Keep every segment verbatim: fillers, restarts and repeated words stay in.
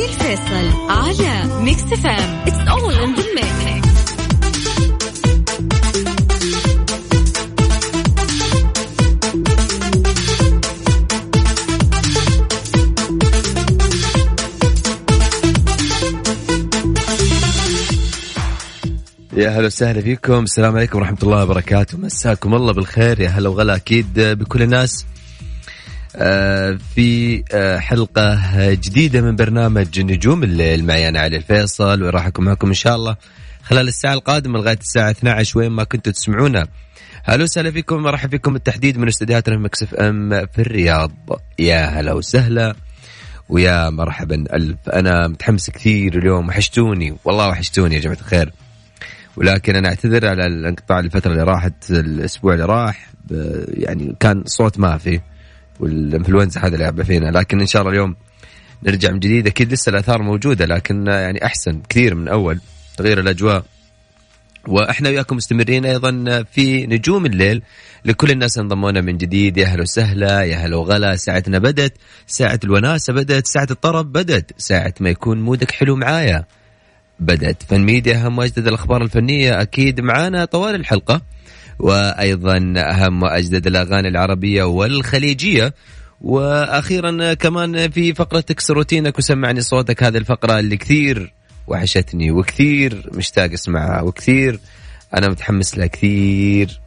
الفيصل على ميكس إف إم. It's all in the mix. يا هلا وسهلا فيكم. السلام عليكم ورحمة الله وبركاته. مساكم الله بالخير. يا هلا وغلا أكيد بكل الناس في حلقة جديدة من برنامج نجوم الليل معي أنا علي الفيصل، وراح أكون معكم إن شاء الله خلال الساعة القادمة لغاية الساعة اثنتي عشرة وين ما كنتوا تسمعونا. هلا وسهلا فيكم. مرحبا فيكم بالتحديد من استديوهاتنا ميكس إف إم في الرياض. يا هلا وسهلا ويا مرحبا ألف. أنا متحمس كثير اليوم، وحشتوني والله وحشتوني يا جماعة الخير، ولكن أنا أعتذر على الانقطاع الفترة اللي راحت. الأسبوع اللي راح يعني كان صوت ما في، والإنفلونزا هذا اللي فينا، لكن إن شاء الله اليوم نرجع من جديد. أكيد لسه الآثار موجودة لكن يعني أحسن كثير من أول، تغيير الأجواء. وإحنا وياكم مستمرين أيضا في نجوم الليل لكل الناس انضمونا من جديد. يا هلا وسهلا، يا هلا وغلا. ساعتنا بدت، ساعة الوناسة بدت، ساعة الطرب بدت، ساعة ما يكون مودك حلو معايا بدأت. فن ميديا، أهم وأجدد الأخبار الفنية أكيد معانا طوال الحلقة، وأيضا أهم وأجدد الأغاني العربية والخليجية، وأخيرا كمان في فقرة تكسر روتينك وسمعني صوتك. هذه الفقرة اللي كثير وحشتني وكثير مشتاق اسمعها وكثير أنا متحمس لها كثير.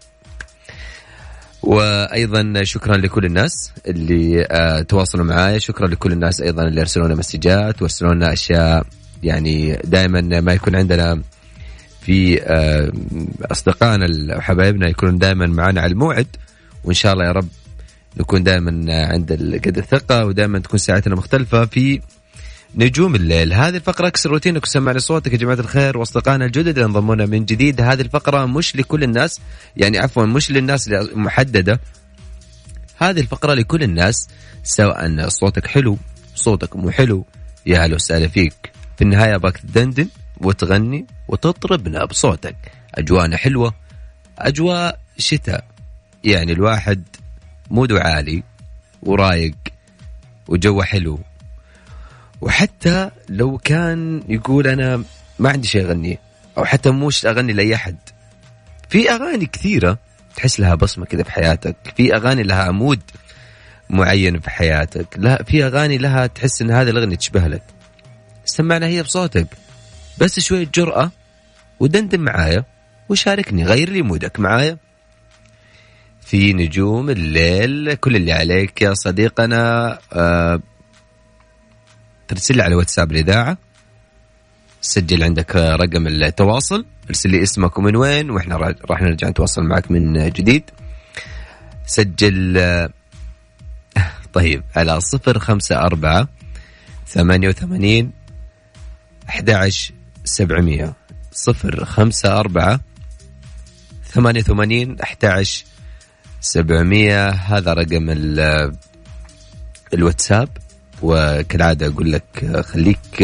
وأيضا شكرا لكل الناس اللي آه تواصلوا معايا، شكرا لكل الناس أيضا اللي أرسلونا مسجات وأرسلوا لنا أشياء. يعني دائما ما يكون عندنا في أصدقائنا وحبايبنا يكونون دائما معنا على الموعد، وإن شاء الله يا رب نكون دائما عند قد الثقة، ودائما تكون ساعتنا مختلفة في نجوم الليل. هذه الفقرة اكسر روتينك وسمعني صوتك يا جماعة الخير وأصدقائنا الجدد اللي انضمونا من جديد. هذه الفقرة مش لكل الناس، يعني عفوا مش للناس المحددة، هذه الفقرة لكل الناس، سواء صوتك حلو صوتك مو حلو. يا هلا وسهلا فيك. في النهاية باك تدندن وتغني وتطربنا بصوتك. أجواءنا حلوة، أجواء شتاء، يعني الواحد موده عالي ورايق وجوه حلو. وحتى لو كان يقول أنا ما عندي شيء أغنيه، أو حتى موش أغني لأي أحد، في أغاني كثيرة تحس لها بصمة كذا في حياتك، في أغاني لها عمود معين في حياتك، لا في أغاني لها تحس إن هذه الأغنية تشبه لك. سمعنا هي بصوتك، بس شوية جرأة ودندن معايا وشاركني، غير لي مودك معايا في نجوم الليل. كل اللي عليك يا صديقنا آه ترسل لي على واتساب الإذاعة، سجل عندك رقم التواصل، ارسل لي اسمك ومن وين، وإحنا راح نرجع نتواصل معك من جديد. سجل آه طيب على صفر خمسة أربعة ثمانية وثمانين أحد عشر سبعمية، صفر خمسة أربعة ثمانية وثمانين أحد عشر سبعمية. هذا رقم الواتساب. وكالعادة أقول لك خليك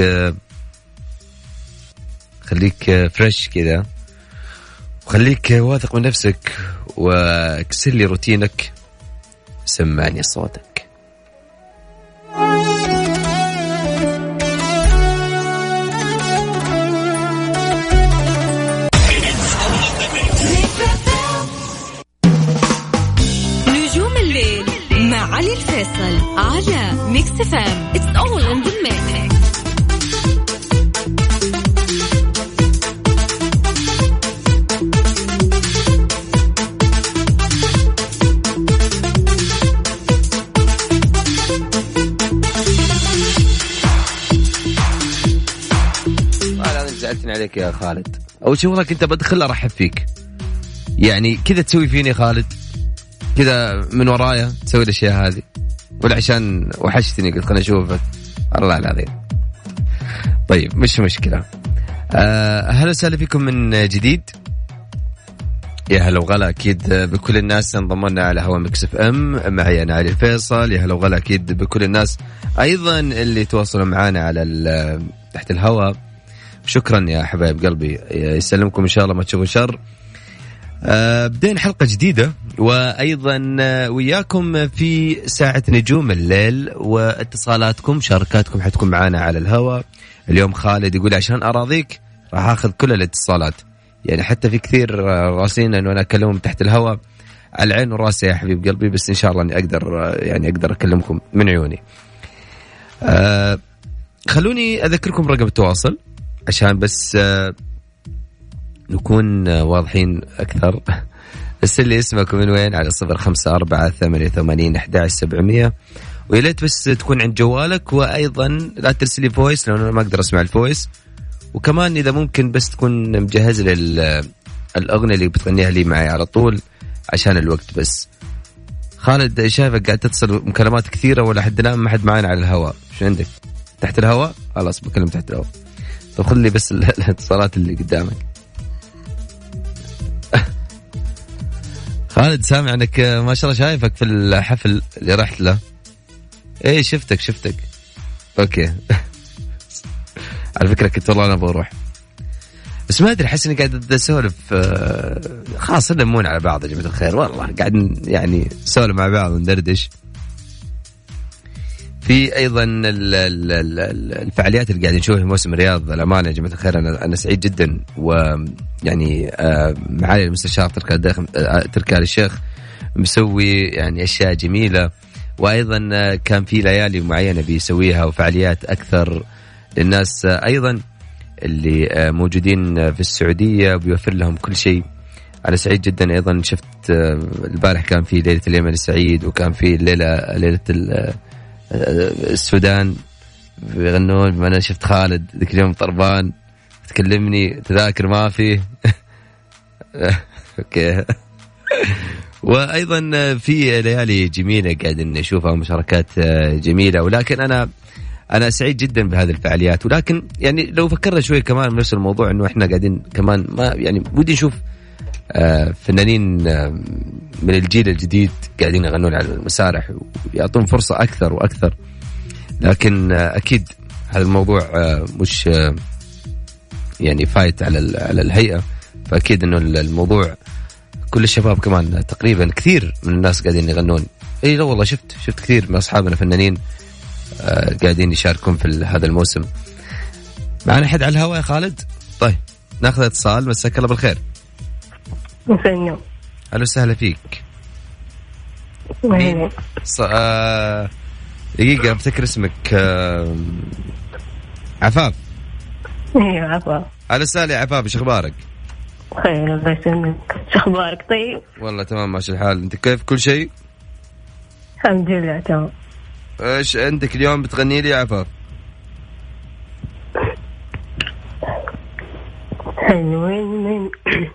خليك فريش كذا، وخليك واثق من نفسك، واكسر لي روتينك، سمعني صوتك. علي الفيصل على ميكس إف إم. It's all in the mix. أنا زعلتني عليك يا خالد. أول شيء والله كنت بدخل أرحب فيك، يعني كذا تسوي فيني خالد كذا من ورايا تسوي الأشياء هذه، ولا عشان وحشتني قلت خلنا أشوفك؟ الله العظيم. طيب مش مشكلة. أه هلا وسهلا فيكم من جديد. يا هلا وغلا أكيد بكل الناس انضمونا على هوا ميكس إف إم، معي أنا علي الفيصل. يا هلا وغلا أكيد بكل الناس أيضا اللي تواصلوا معنا على تحت الهوا. شكرا يا حبايب قلبي، يسلمكم إن شاء الله ما تشوفوا شر. أه بدينا حلقة جديدة وأيضا وياكم في ساعة نجوم الليل، واتصالاتكم شاركاتكم حتكون معانا على الهواء. اليوم خالد يقول عشان أراضيك راح أخذ كل الاتصالات، يعني حتى في كثير راسين أنه أنا أكلمهم تحت الهواء. على العين والراس يا حبيب قلبي، بس إن شاء الله أني أقدر يعني أقدر أكلمكم من عيوني. أه خلوني أذكركم رقم التواصل عشان بس أه نكون واضحين أكثر. ارسل لي اسمك من وين على صفر خمسة أربعة ثمانية ثمانين أحد عشر سبعمية، ويليت بس تكون عند جوالك، وأيضا لا ترسل لي فويس لأنه ما أقدر أسمع الفويس. وكمان إذا ممكن بس تكون مجهز لي الأغنية اللي بتغنيها لي معي على طول عشان الوقت. بس خالد شايفك قاعد تتصل مكالمات كثيرة ولا حد الآن ما حد معانا على الهواء، شو عندك؟ تحت الهواء؟ خلاص بكلم تحت الهواء. طب خذ لي بس الاتصالات اللي قدامك. خالد سامع انك ما شاء الله شايفك في الحفل اللي رحت له. ايه شفتك شفتك اوكي. على فكرة كنت والله انا بروح، بس ما ادري حس اني قاعد اسولف. خلاص نلمون على بعض يا جماعة الخير، والله قاعد يعني نسولف مع بعض وندردش. في ايضا الفعاليات اللي قاعدين نشوفها في موسم الرياض. الامانه يا جماعه الخير انا انا سعيد جدا، ويعني معالي المستشار تركي آل الشيخ مسوي يعني اشياء جميله، وايضا كان في ليالي معينه بيسويها وفعاليات اكثر للناس ايضا اللي موجودين في السعوديه، بيوفر لهم كل شيء. انا سعيد جدا. ايضا شفت البارح كان في ليله اليمن السعيد، وكان في الليله ليله السودان بيغنون. أنا شفت خالد ذيك اليوم طربان تكلمني تذاكر ما فيه. اوكي. وايضا في ليالي جميله قاعدين نشوفها ومشاركات جميله، ولكن انا انا سعيد جدا بهذه الفعاليات. ولكن يعني لو فكرنا شوي كمان بنفس الموضوع، انه احنا قاعدين كمان ما يعني ودي نشوف فنانين من الجيل الجديد قاعدين يغنون على المسارح ويعطون فرصة أكثر وأكثر. لكن أكيد هذا الموضوع مش يعني فايت على على الهيئة، فأكيد إنه الموضوع كل الشباب كمان تقريبا كثير من الناس قاعدين يغنون. إيه لا والله شفت شفت كثير من أصحابنا فنانين قاعدين يشاركون في هذا الموسم. معنا حد على الهواء يا خالد؟ طيب ناخذ اتصال. مساك الله بالخير. مساء. أهلا وسهلا فيك. ص... آه... دقيقة أفتكر اسمك. آه... عفاف. ايوه عفاف. أهلا وسهلا يا عفاف، ايش أخبارك؟ خير الله يسلمك. ايش أخبارك؟ طيب والله تمام ماشي الحال. أنت كيف كل شيء؟ الحمد لله تمام. ايش عندك اليوم بتغني لي يا عفاف؟ حلوين من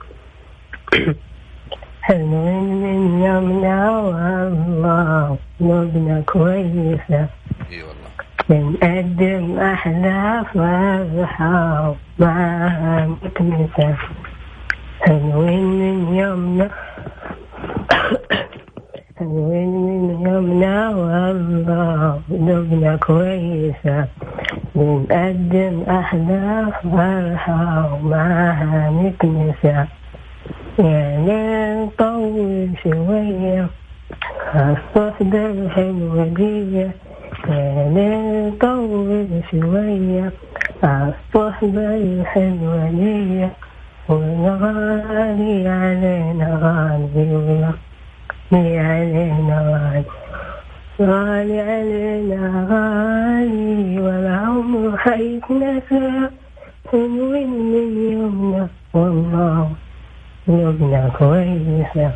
حلوين من يومنا والله نبنا كويسة. اي والله بنقدم أحلى فرحة معها مكنسة. حلوين من يومنا حلوين من يومنا والله نبنا كويسة. بنقدم أحلى فرحة ومعها مكنسة. يعني طول شوية الصحبة الحلوة دي، يعني طول شوية الصحبة الحلوة دي، ونغالي علينا غالي ونغالي علينا غالي غالي علينا غالي ولا عمر حيتنسى. حلوين من يومنا والله يومنا كويسة.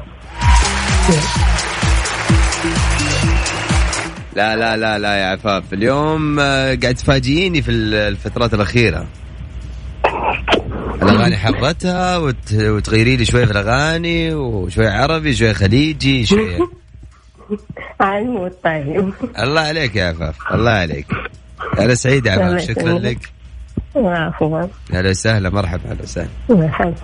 لا لا لا لا يا عفاف، اليوم قاعد تفاجئيني في الفترات الأخيرة. الأغاني حبتها وت... وتغيري لي شوي في الأغاني، وشوي عربي شوي خليجي شوي. عالمو طيب. الله عليك يا عفاف، الله عليك. أنا سعيد يا عفاف، شكرا لك. عفوا. أهلا وسهلا، مرحبا. أهلا وسهلا. مرحبا.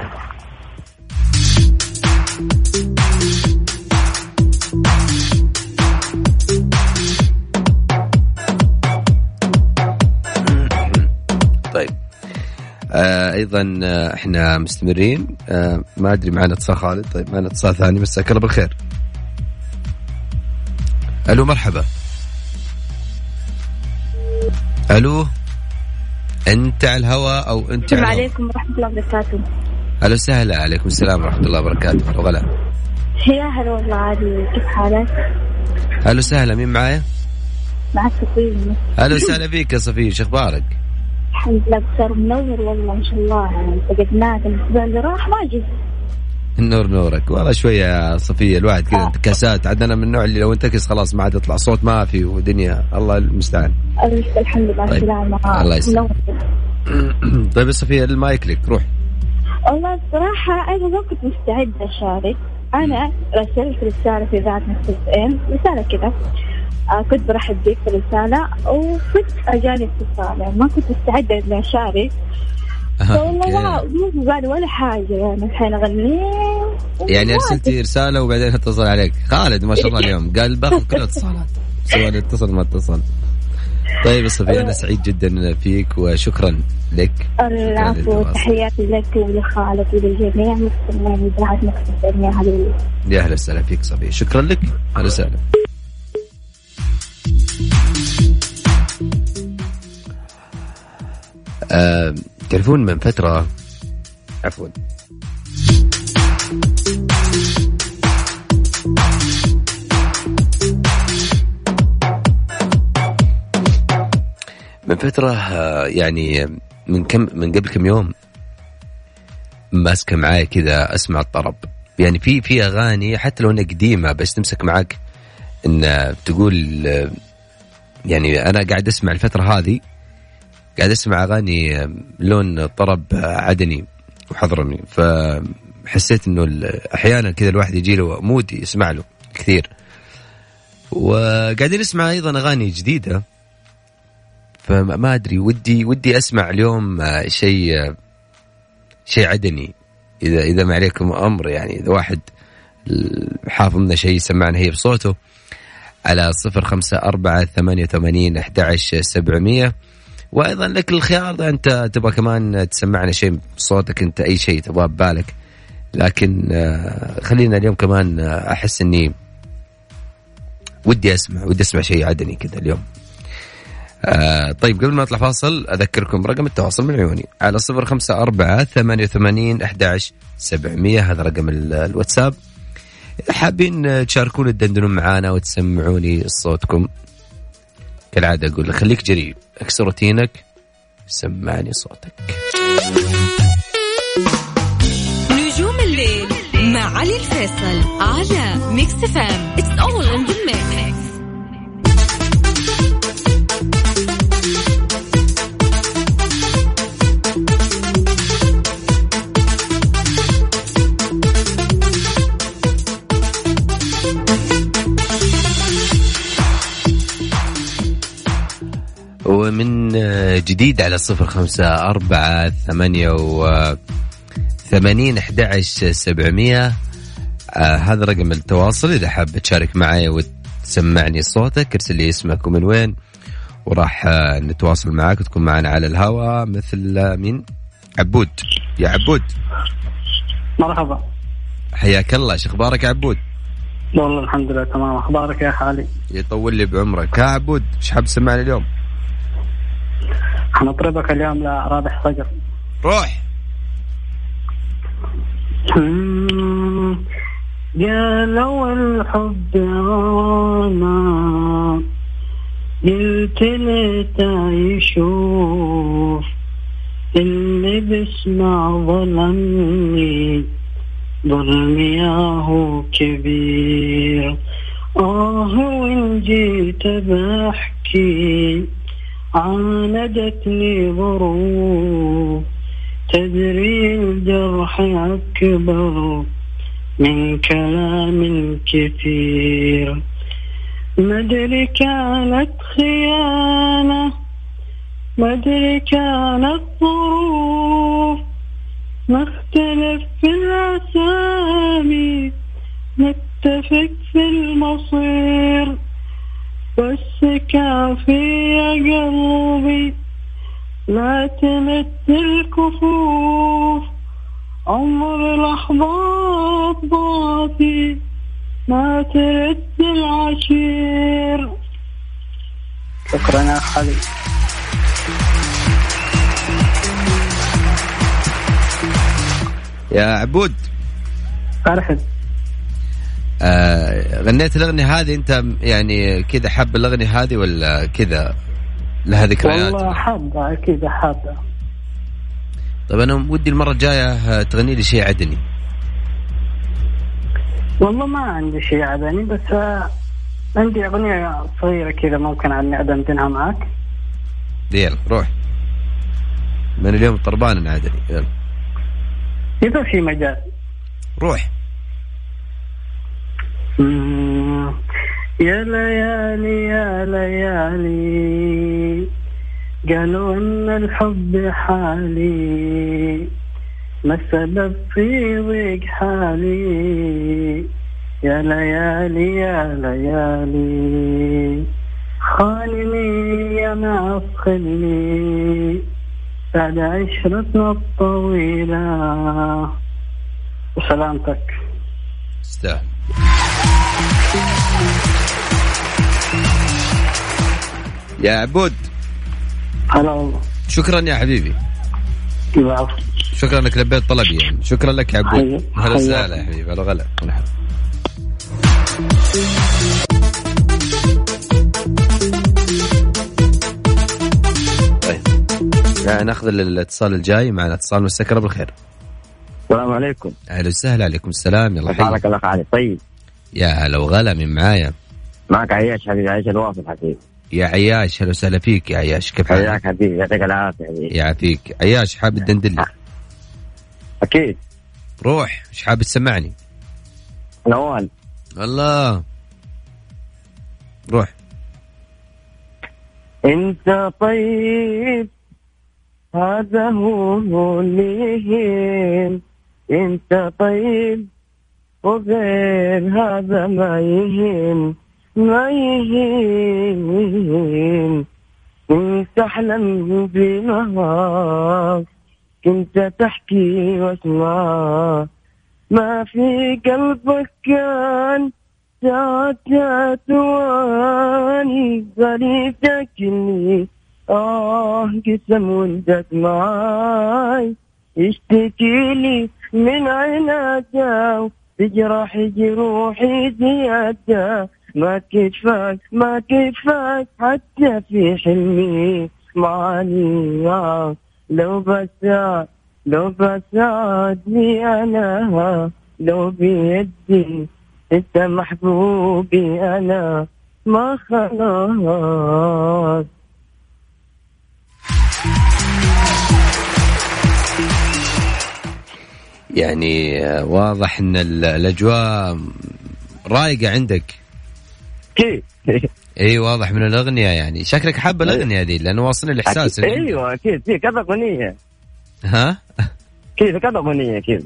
طيب آه أيضا آه إحنا مستمرين. آه ما أدري معنا اتصال خالد. طيب معنا اتصال ثاني. مساك الله بالخير. ألو مرحبا. ألو أنت على الهواء أو أنت على السلام عليكم ورحمة الله وبركاته. أهلا وسهلا. عليكم السلام ورحمة الله وبركاته. وغلا يا هلا والله عادي، كيف حالك؟ أهلا وسهلا. مين معايا؟ معك صفية. أهلا وسهلا فيك يا صفية. شو أخبارك؟ الحمد لله بصير منور والله ما شاء الله. يعني فقدناك الأسبوع اللي راح ما جيت. النور نورك والله. شوية يا صفية الواحد كذا انتكاسات. عندنا من النوع اللي لو انتكس خلاص ما عاد يطلع صوت ما في ودنيا. الله المستعان. الحمد لله. طيب. السلامة. الله يسلمك. طيب يا صفية المايك لك. روح. والله الصراحة أنا ما كنت مستعدة أشارك. أنا رسلت رسالة في ذات نفسين رسالة كذا. آه كنت برحب بيك في الرسالة وكنت أجاني اتصال. يعني ما كنت مستعدة إني أشارك. والله ما مو بالي ولا حاجة. يعني الحين أغني يعني أرسلتي رسالة وبعدين اتصل عليك خالد ما شاء الله اليوم قال باخذ كل الاتصالات سواء اتصل ما اتصل. طيب صفية أنا سعيد جدا فيك وشكرا لك. العفو. تحياتي لك ولخالد وللجميع مستمعين إذاعة مكس اف ام. يا حبيبي. يا أهلا وسهلا فيك صفية. شكرا لك. أهلا وسهلا. آه، تعرفون من فترة عفوا من فترة آه يعني من كم من قبل كم يوم ماسكة معايا كذا أسمع الطرب. يعني في في أغاني حتى لو أنها قديمة بس تمسك معك إن تقول آه يعني أنا قاعد أسمع الفترة هذه قاعد أسمع أغاني لون طرب عدني وحضرمي. فحسيت إنه أحيانا كذا الواحد يجي له مود يسمع له كثير. وقاعدين نسمع أيضا أغاني جديدة. فما أدري ودي ودي أسمع اليوم شيء شيء عدني. إذا إذا ما عليكم أمر يعني إذا واحد حافظ لنا شيء سمعنا هي بصوته على صفر خمسة أربعة ثمانية ثمانين أحد عشر سبعمية. وأيضا لك الخيار أنت تبغى كمان تسمعنا شيء بصوتك أنت أي شيء تبغى ببالك. لكن خلينا اليوم كمان أحس أني ودي أسمع ودي أسمع شيء عدني كذا اليوم. طيب قبل ما أطلع فاصل أذكركم رقم التواصل من عيوني على صفر خمسة أربعة ثمانية ثمانين أحد عشر سبعمية. هذا رقم الواتساب. إذا حابين تشاركون الدندنون معانا وتسمعوني صوتكم كالعادة أقول لك خليك جريء اكسر روتينك سمعني صوتك. نجوم الليل مع علي الفيصل على ميكس اف ام. It's all in the mix. ومن جديد على صفر خمسة أربعة ثمانية وثمانين أحد عشر سبعمية. آه هذا رقم التواصل. إذا حاب تشارك معي وتسمعني صوتك ارسل لي اسمك ومن وين وراح آه نتواصل معك وتكون معنا على الهواء. مثل آه مين؟ عبود. يا عبود مرحبا. حياك الله. شو اخبارك عبود؟ والله الحمد لله تمام. اخبارك يا خالي؟ يطول لي بعمرك. ها عبود ايش حاب تسمعني اليوم؟ حنطربك اليوم لرابح صقر. روح. قالوا الحب رانا قلت لتا يشوف اللي بسمع ظلمني ظلمي هو كبير. آه وإن جيت بحكي عاندتني ظروف تدري الجرح أكبر من كلام كثير. مدري كانت خيانة مدري كانت ظروف نختلف في الأسامي نتفق في المصير. بس كافي يا قلبي لا تمت الكفوف، عمر لحظات ضاعتي ما ترد العشير. شكرا يا خالد. يا عبود أرحب. آه غنيت الأغنية هذه أنت يعني كذا حب الأغنية هذه ولا كذا لها ذكريات؟ والله حابة أكيد حابة. طيب أنا ودي المرة الجاية تغني لي شيء عدني. والله ما عندي شيء عدني، بس عندي أغنية صغيرة كذا ممكن عني أدمتنها معك. يلا روح، من اليوم طربان عدني. يلا إذا في مجال روح. يا ليالي يا ليالي قالوا إن الحب حالي، ما السبب في ضيق حالي. يا ليالي يا ليالي خانني يا ناس خلي بعد عشرتنا الطويلة. وسلامتك. استاهل. يا عبود هلا والله. شكرا يا حبيبي. العفو. شكرا انك لبيت طلبي يعني. شكرا لك يا عبود. هلا وسهلا يا حبيبي. هلا غلا. طيب ناخذ الاتصال الجاي. معنا اتصال. مساك الله بالخير. السلام عليكم. اهلا وسهلا. عليكم السلام. يلا حياك. حالك الله خالد. طيب يا هلا وغلا. من معايا؟ معك عياش حبيبي. عياش الواصل حبيبي. يا عياش هلا وسهلا فيك يا عياش. كيف حالك؟ حياك حبيبي. يعطيك العافيه حبيبي. يعافيك. عياش حاب الدندلي؟ اكيد. روح. ايش حاب تسمعني؟ نوال. الله. روح. انت طيب هذا هو اللي يهم، انت طيب وغير هذا ما يهم ما يهم. كنت أحلم بنهار كنت تحكي واسمع، ما في قلبك كان ساعات واني غريبتك اللي آه قسم ولدك معاي، اشتكي لي من عناده تجرح جروحي زيادة، ما كفاك ما كفاك حتى في حلمي معاني. لو بساعد لو بساعدني أنا، لو بيدي انت محبوبي أنا ما خلاص. يعني واضح ان الاجواء رايقه عندك. كيف؟ اي واضح من الاغنيه يعني شكلك حاب الاغنيه هذه لانه واصل الاحساس. ايوه اكيد في كذا اغنيه. ها كيف كذا اغنيه كيف.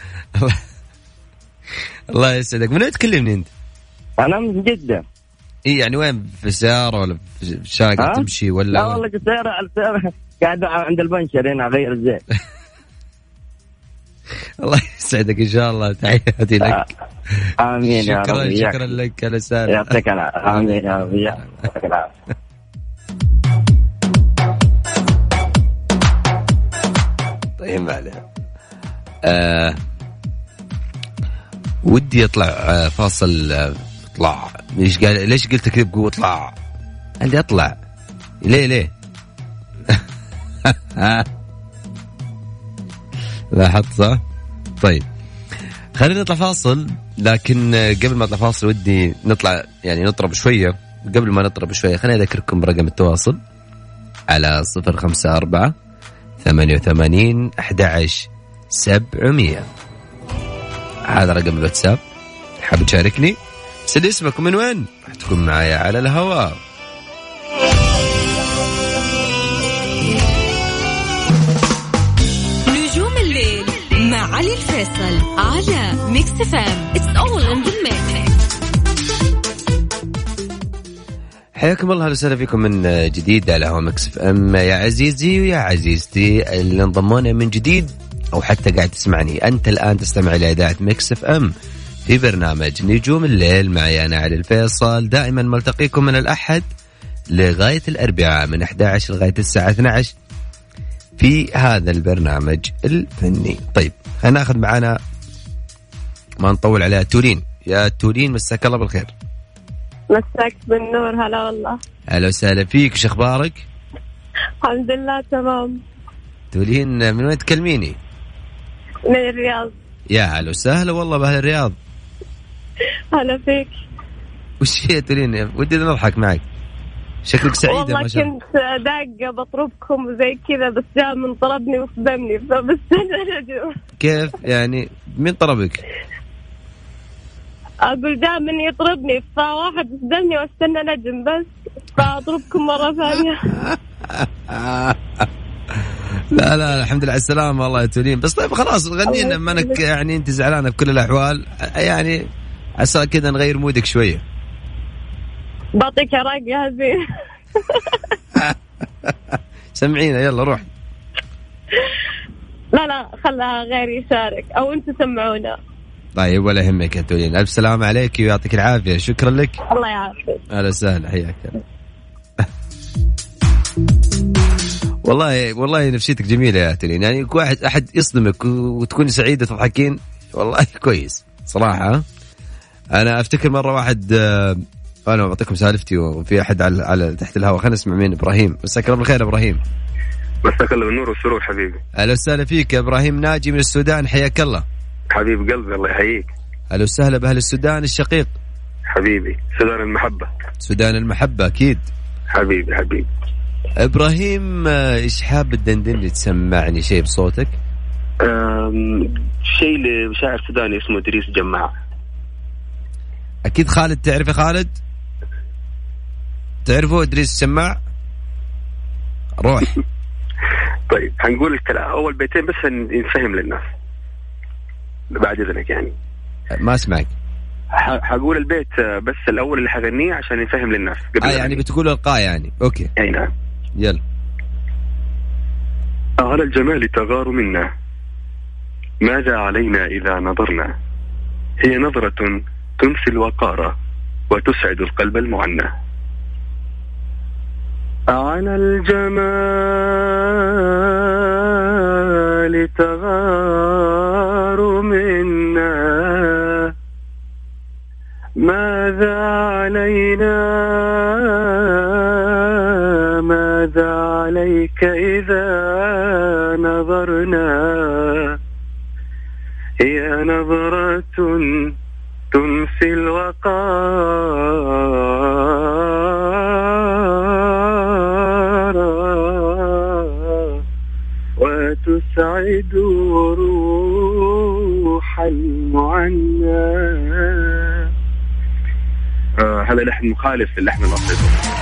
الله يسعدك. من وين تكلمني انت؟ انا من جده. اي يعني وين؟ في السياره ولا في الشارع تمشي ولا؟ لا والله في السياره. السياره قاعد عند البنشر هنا اغير الزيت. الله يسعدك ان شاء الله. تحياتي لك. امين يا رب. شكرا شكرا لك. هلا وسهلا. يعطيك العافيه. امين يا رب. يعطيك العافيه. طيب ما عليه. آه ودي اطلع آه فاصل. آه اطلع. ليش قال ليش قلت كذا بقوه اطلع؟ قال لي اطلع. ليه ليه؟ لاحظت صح؟ طيب خلينا نطلع فاصل، لكن قبل ما نطلع فاصل ودي نطلع يعني نطرب شوية. قبل ما نطرب شوية خليني أذكركم برقم التواصل على صفر خمسة أربعة ثمانية وثمانين أحد عشر سبعمية. هذا رقم الواتساب. حاب تشاركني؟ سد اسمك ومن وين راح تكون معايا على الهواء. علي الفيصل على ميكس فام. It's all in the mix. حياكم الله، اهلا وسهلا فيكم من جديد على هوا مكس اف ام. يا عزيزي ويا عزيزتي اللي انضمونا من جديد او حتى قاعد تسمعني انت الان، تستمع الى اذاعه مكس اف ام في برنامج نجوم الليل معي انا علي الفيصل. دائما ملتقيكم من الاحد لغايه الاربعاء من أحد عشر لغايه الساعه اثنتي عشرة في هذا البرنامج الفني. طيب خلينا ناخذ معنا، ما نطول عليها، تورين. يا تورين مساك الله بالخير. مساك بالنور. هلا والله. اهلا وسهلا فيك، شو اخبارك؟ الحمد لله تمام. تورين من وين تكلميني؟ من الرياض. يا هلا وسهلا والله باهل الرياض. هلا فيك. وش هي تورين؟ ودي نضحك معك، شكلك سعيدة والله ما شاء الله. كنت داقة بطربكم وزي كذا، بس جاء من طربني وصدمني فبستنى نجم. كيف يعني؟ مين طربك؟ أقول جاء من يطربني فواحد صدمني واستنى نجم، بس فأطربكم مرة ثانية. لا لا الحمد لله على السلامة والله يا تورين. بس طيب خلاص غنينا، ما انك يعني انت زعلانة بكل الأحوال، يعني عسى كذا نغير مودك شوية. بعطيك راق يا هزين. سمعينا يلا روح. لا لا خلها غير يشارك أو أنت سمعونا. طيب ولا يهمك يا تورين، ألف سلامة عليك ويعطيك العافية. شكرا لك. الله يعافيك. أهلا وسهلا، حياك. والله والله نفسيتك جميلة يا تورين، يعني واحد أحد يصدمك وتكون سعيدة تضحكين، والله كويس صراحة. أنا أفتكر مرة واحد، أنا بعطيكم سالفتي وفي أحد على, على تحت الهواء، خلينا نسمع مين. إبراهيم. مساك الله بالخير إبراهيم. مساك الله بالنور والسرور حبيبي. أهلا وسهلا فيك يا إبراهيم. ناجي من السودان، حياك الله. حبيب قلبي الله يحييك. أهلا وسهلا بأهل السودان الشقيق. حبيبي سودان المحبة. سودان المحبة أكيد. حبيبي حبيبي. إبراهيم إيش حاب الدندن اللي تسمعني شيء بصوتك؟ شيء لشاعر سوداني اسمه إدريس جماع. أكيد خالد، تعرفه خالد؟ تعرفه إدريس جماع؟ روح. طيب هنقول الكلام أول بيتين بس نفهم للناس بعد إذنك يعني. ما أسمعك. هقول البيت بس الأول اللي حغنيه عشان نفهم للناس قبل. آه يعني بتقول القاء يعني. أوكي. أي نعم. يلا. على الجمال تغار منا، ماذا علينا إذا نظرنا، هي نظرة تنسي الوقار وتسعد القلب المعنى. على الجمال تغار منا، ماذا علينا، ماذا عليك إذا نظرنا، هي نظرة تنسي الوقار وتسعد روح المعنى. آه هذا لحن مخالف للحن الأصلي.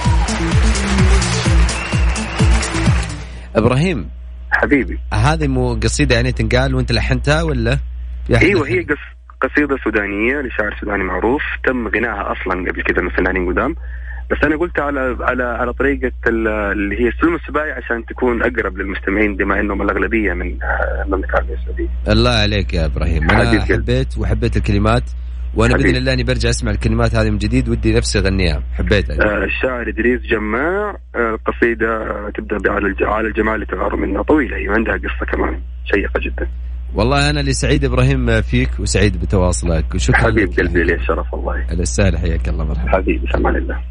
إبراهيم حبيبي، هذه مو قصيدة يعني تنقال وانت لحنتها ولا؟ ايوه هي قصيدة سودانية لشاعر سوداني معروف، تم غناها اصلا قبل كده من فنانين قدام، بس انا قلت على على على طريقة اللي هي السلم السباعي عشان تكون اقرب للمستمعين بما انهم الاغلبية من المملكة العربية السعودية. الله عليك يا ابراهيم، انا حبيت وحبيت الكلمات، وانا باذن الله اني برجع اسمع الكلمات هذه من جديد، ودي نفسي اغنيها، حبيتها. آه الشاعر ادريس جماع. آه القصيده آه تبدا على الجمال تغار منها، طويله هي وعندها قصه كمان شيقه جدا. والله انا اللي سعيد ابراهيم فيك وسعيد بتواصلك، وشكرا حبيب قلبي لي الشرف والله. على السهل، حياك الله. مرحبا حبيبي، سلام الله.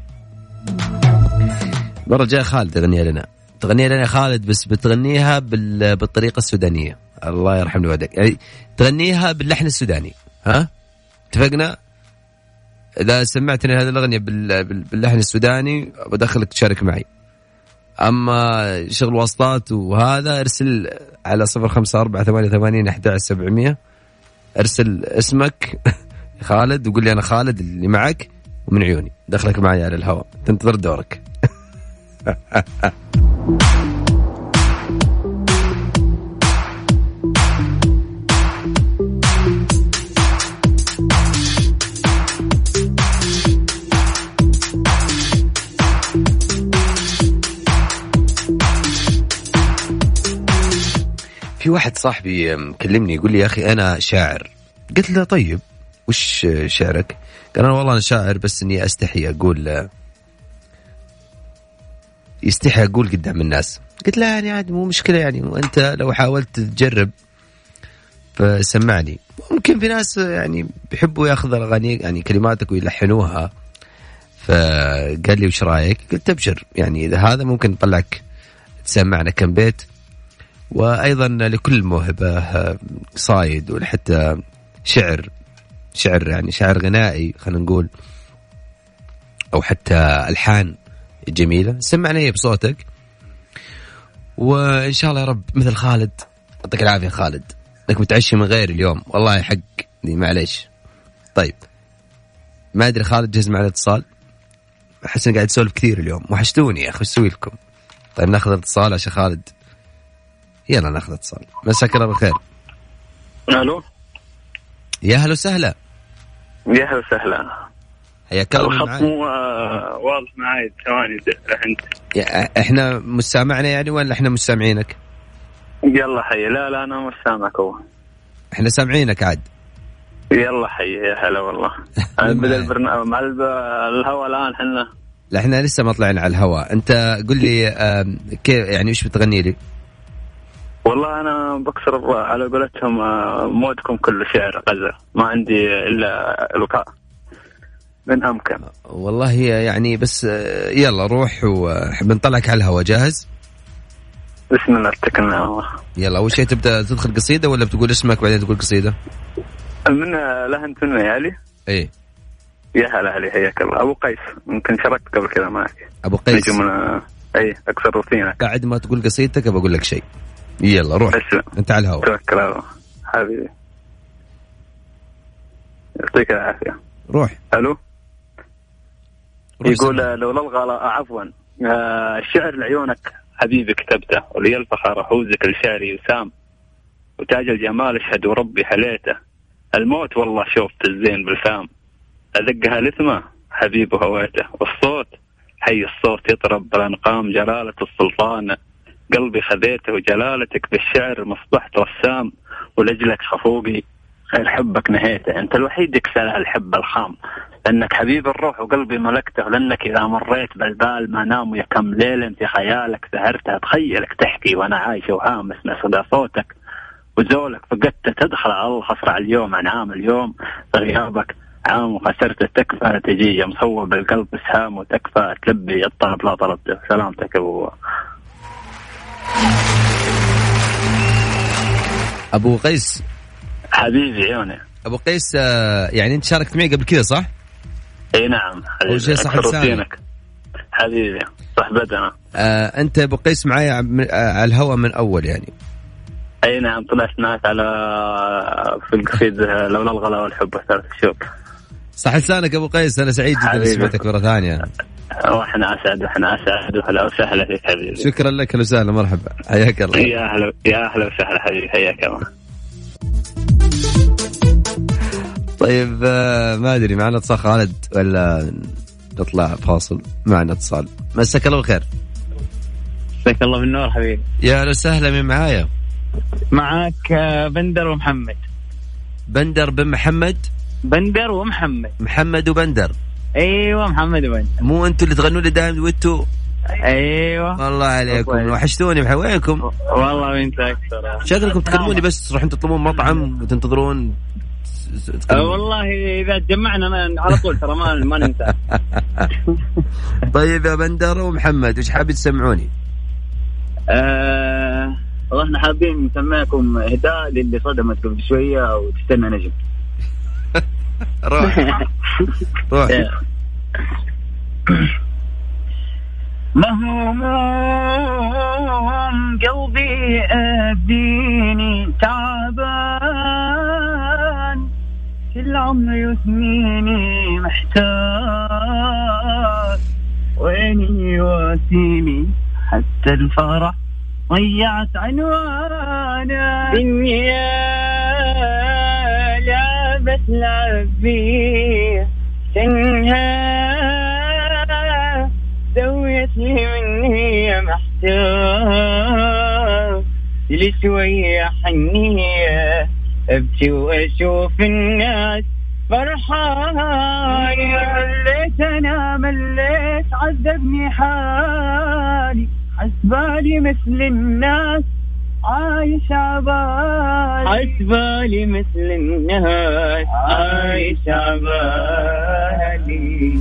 المره الجايه خالد تغنيها لنا، تغنيها لنا خالد، بس بتغنيها بال... بالطريقه السودانيه، الله يرحم والديك، يعني تغنيها باللحن السوداني. ها اتفقنا؟ إذا سمعتني هذه الأغنية باللحن السوداني بدخلك تشارك معي. أما شغل واسطات وهذا ارسل على صفر خمسة أربعة ثمانية ثمانين أحد عشر سبعمية، ارسل اسمك خالد وقول لي أنا خالد اللي معك ومن عيوني دخلك معي على الهواء، تنتظر دورك. في واحد صاحبي كلمني يقول لي يا أخي أنا شاعر. قلت له طيب وش شعرك؟ قال أنا والله أنا شاعر بس إني أستحي أقول يستحي أقول قدام الناس. قلت له يعني عاد مو مشكلة يعني، وأنت لو حاولت تجرب فسمعني. ممكن في ناس يعني بيحبوا ياخذوا الأغاني يعني كلماتك ويلحنوها. فقال لي وش رأيك؟ قلت أبشر يعني إذا هذا ممكن نطلعك تسمعنا كم بيت. وأيضا لكل موهبة صايد وحتى شعر شعر يعني شعر غنائي خلينا نقول، أو حتى ألحان جميلة سمعنا هي بصوتك. وإن شاء الله يا رب مثل خالد، يعطيك العافية خالد انك متعشي من غير اليوم، والله حق دي معليش. طيب ما ادري خالد جهز معنا اتصال، احس اني قاعد اسولف كثير اليوم، وحشتوني يا اخي وش اسوي لكم. طيب ناخذ اتصال عشان خالد، يلا ناخذ اتصال. مساك الله بالخير. الو يا هلا وسهلا. يا هلا وسهلا. حياك الله. الخط مو واضح معي ثواني انت. احنا مستمعنا يعني ولا احنا مستمعينك؟ يلا حي. لا لا انا مش سامعك. هو احنا سامعينك عاد. يلا حي. يا هلا والله. بدا البرنامج مع الهواء الان احنا. لا احنا لسه ما طلعنا على الهواء. انت قل لي كيف يعني وش بتغني لي؟ والله انا بكسر على قولتهم مودكم كله شعر غزل، ما عندي الا الوقاء من امكن. والله يعني بس يلا روح وبنطلعك على الهواء. جاهز؟ بسم الله اتكلنا الله. يلا اول شيء تبدا تدخل قصيده ولا بتقول اسمك بعدين تقول قصيده؟ من لهنت منه يا علي. ايه يا هلا علي حياك الله. ابو قيس ممكن شاركت قبل كذا معك. ابو قيس نجم. اي اكثر روتينك. بعد ما تقول قصيدتك بقول لك شيء. يلا روح أسلم. انت على الهواء. توكل على الله حبيبي يعطيك العافيه. روح. الو روح. يقول لولا الغلا عفوا الشعر لعيونك حبيبي كتبته، ولي الفخر حوزك الشعري يسام، وتاج الجمال اشهد وربي حليته، الموت والله شوفت الزين بالفام، أدقها لثمة حبيبه هويته، والصوت حي الصوت يطرب بالأنقام جلالة السلطان، قلبي خذيته وجلالتك بالشعر مصبحت رسام، ولجلك خفوقي خير حبك نهيته، أنت الوحيد يكسل الحب الخام، لأنك حبيب الروح وقلبي ملكته، لأنك إذا مريت بالبال ما نام يكم ليل في خيالك سهرتها، تخيلك تحكي وأنا عايش وهامس صدى صوتك وزولك فقدت تدخل على الله خسر اليوم عن عام اليوم في غيابك عام وخسرت تكفى تجي مصوب القلب سهام وتكفى تلبي الطلب لا طلبته. سلامتك أبو أبو قيس حبيبي عيوني. أبو قيس يعني أنت شاركت معي قبل كذا صح؟ اي نعم حبيبي. صح لسانك حبيبي صحبتنا. آه أنت أبو قيس معي على الهواء من أول يعني. اي نعم طلعت معك على في القصيد لولا الغلا والحب والثلاث شوك. صح لسانك أبو قيس. أنا سعيد جدا سمعتك مرة ثانية. واحنا اسعد واحنا اسعد وهلا وسهلا فيك حبيبي. شكرا لك وسهلا مرحبا حياك الله. يا اهلا يا اهلا وسهلا حبيبي حياك الله. طيب ما ادري معنا اتصال خالد ولا نطلع فاصل؟ معنا اتصال. مساك الله بالخير. مساك الله بالنور حبيبي. يا اهلا وسهلا. من معايا؟ معك بندر ومحمد. بندر بن محمد. بندر ومحمد. محمد وبندر. ايوه محمد وبندر. مو انتوا اللي تغنوا لي دائما دويتو؟ ايوه والله عليكم وحشتوني. وينكم؟ والله انت اكثر. شكلكم تكلموني بس تروحون تطلبون مطعم وتنتظرون. أه والله إذا تجمعنا على طول ترى ما ما ننسى. طيب يا بندر ومحمد وش حابين تسمعوني؟ أه والله احنا حابين نسمعكم هداء للي صدمت قبل شوية وتستنى نجم. روح روح. مهموم قلبي أبديني تعبان كل عمري وسنيني محتاج ويني واسيني حتى الفرح ضيعت عنوانا الدنيا لعبت لعبي تنهى سويت لي مني محتاج بشوية حنية ابكي واشوف الناس فرحان. مليت انا مليت عذبني حالي حسبالي مثل الناس عايش عبالي حسبالي مثل الناس عايش عبالي.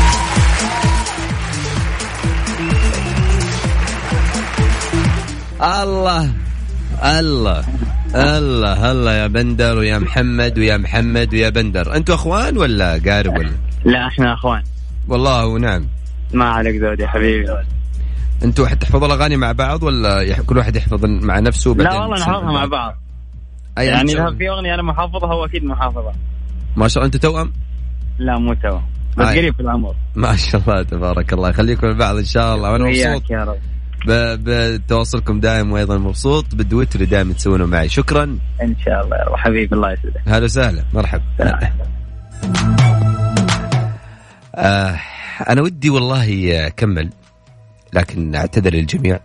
الله الله الله الله يا بندر ويا محمد ويا محمد ويا بندر. أنتوا أخوان ولا قارب ولا؟ لا احنا أخوان والله ونعم. ما عليك زود يا حبيبي. أنتوا تحفظوا الأغاني مع بعض ولا كل واحد يحفظ مع نفسه؟ لا والله نحفظها مع بعض. يعني إذا في أغنية أنا محافظها هو أكيد محافظها. ما شاء الله. أنتوا توأم؟ لا مو توأم بس قريب في العمر. ما شاء الله تبارك الله. يخليكم لبعض إن شاء الله. وأنا مبسوط يا رب بتواصلكم دائم وأيضا مبسوط بالدويت اللي دائما تسوونه معي. شكرا إن شاء الله يا حبيبي. الله يسعدك. هلا وسهلا مرحبا. آه أنا ودي والله أكمل لكن أعتذر للجميع.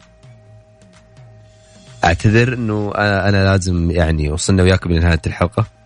أعتذر أنه أنا لازم يعني وصلنا وياكم لنهاية الحلقة.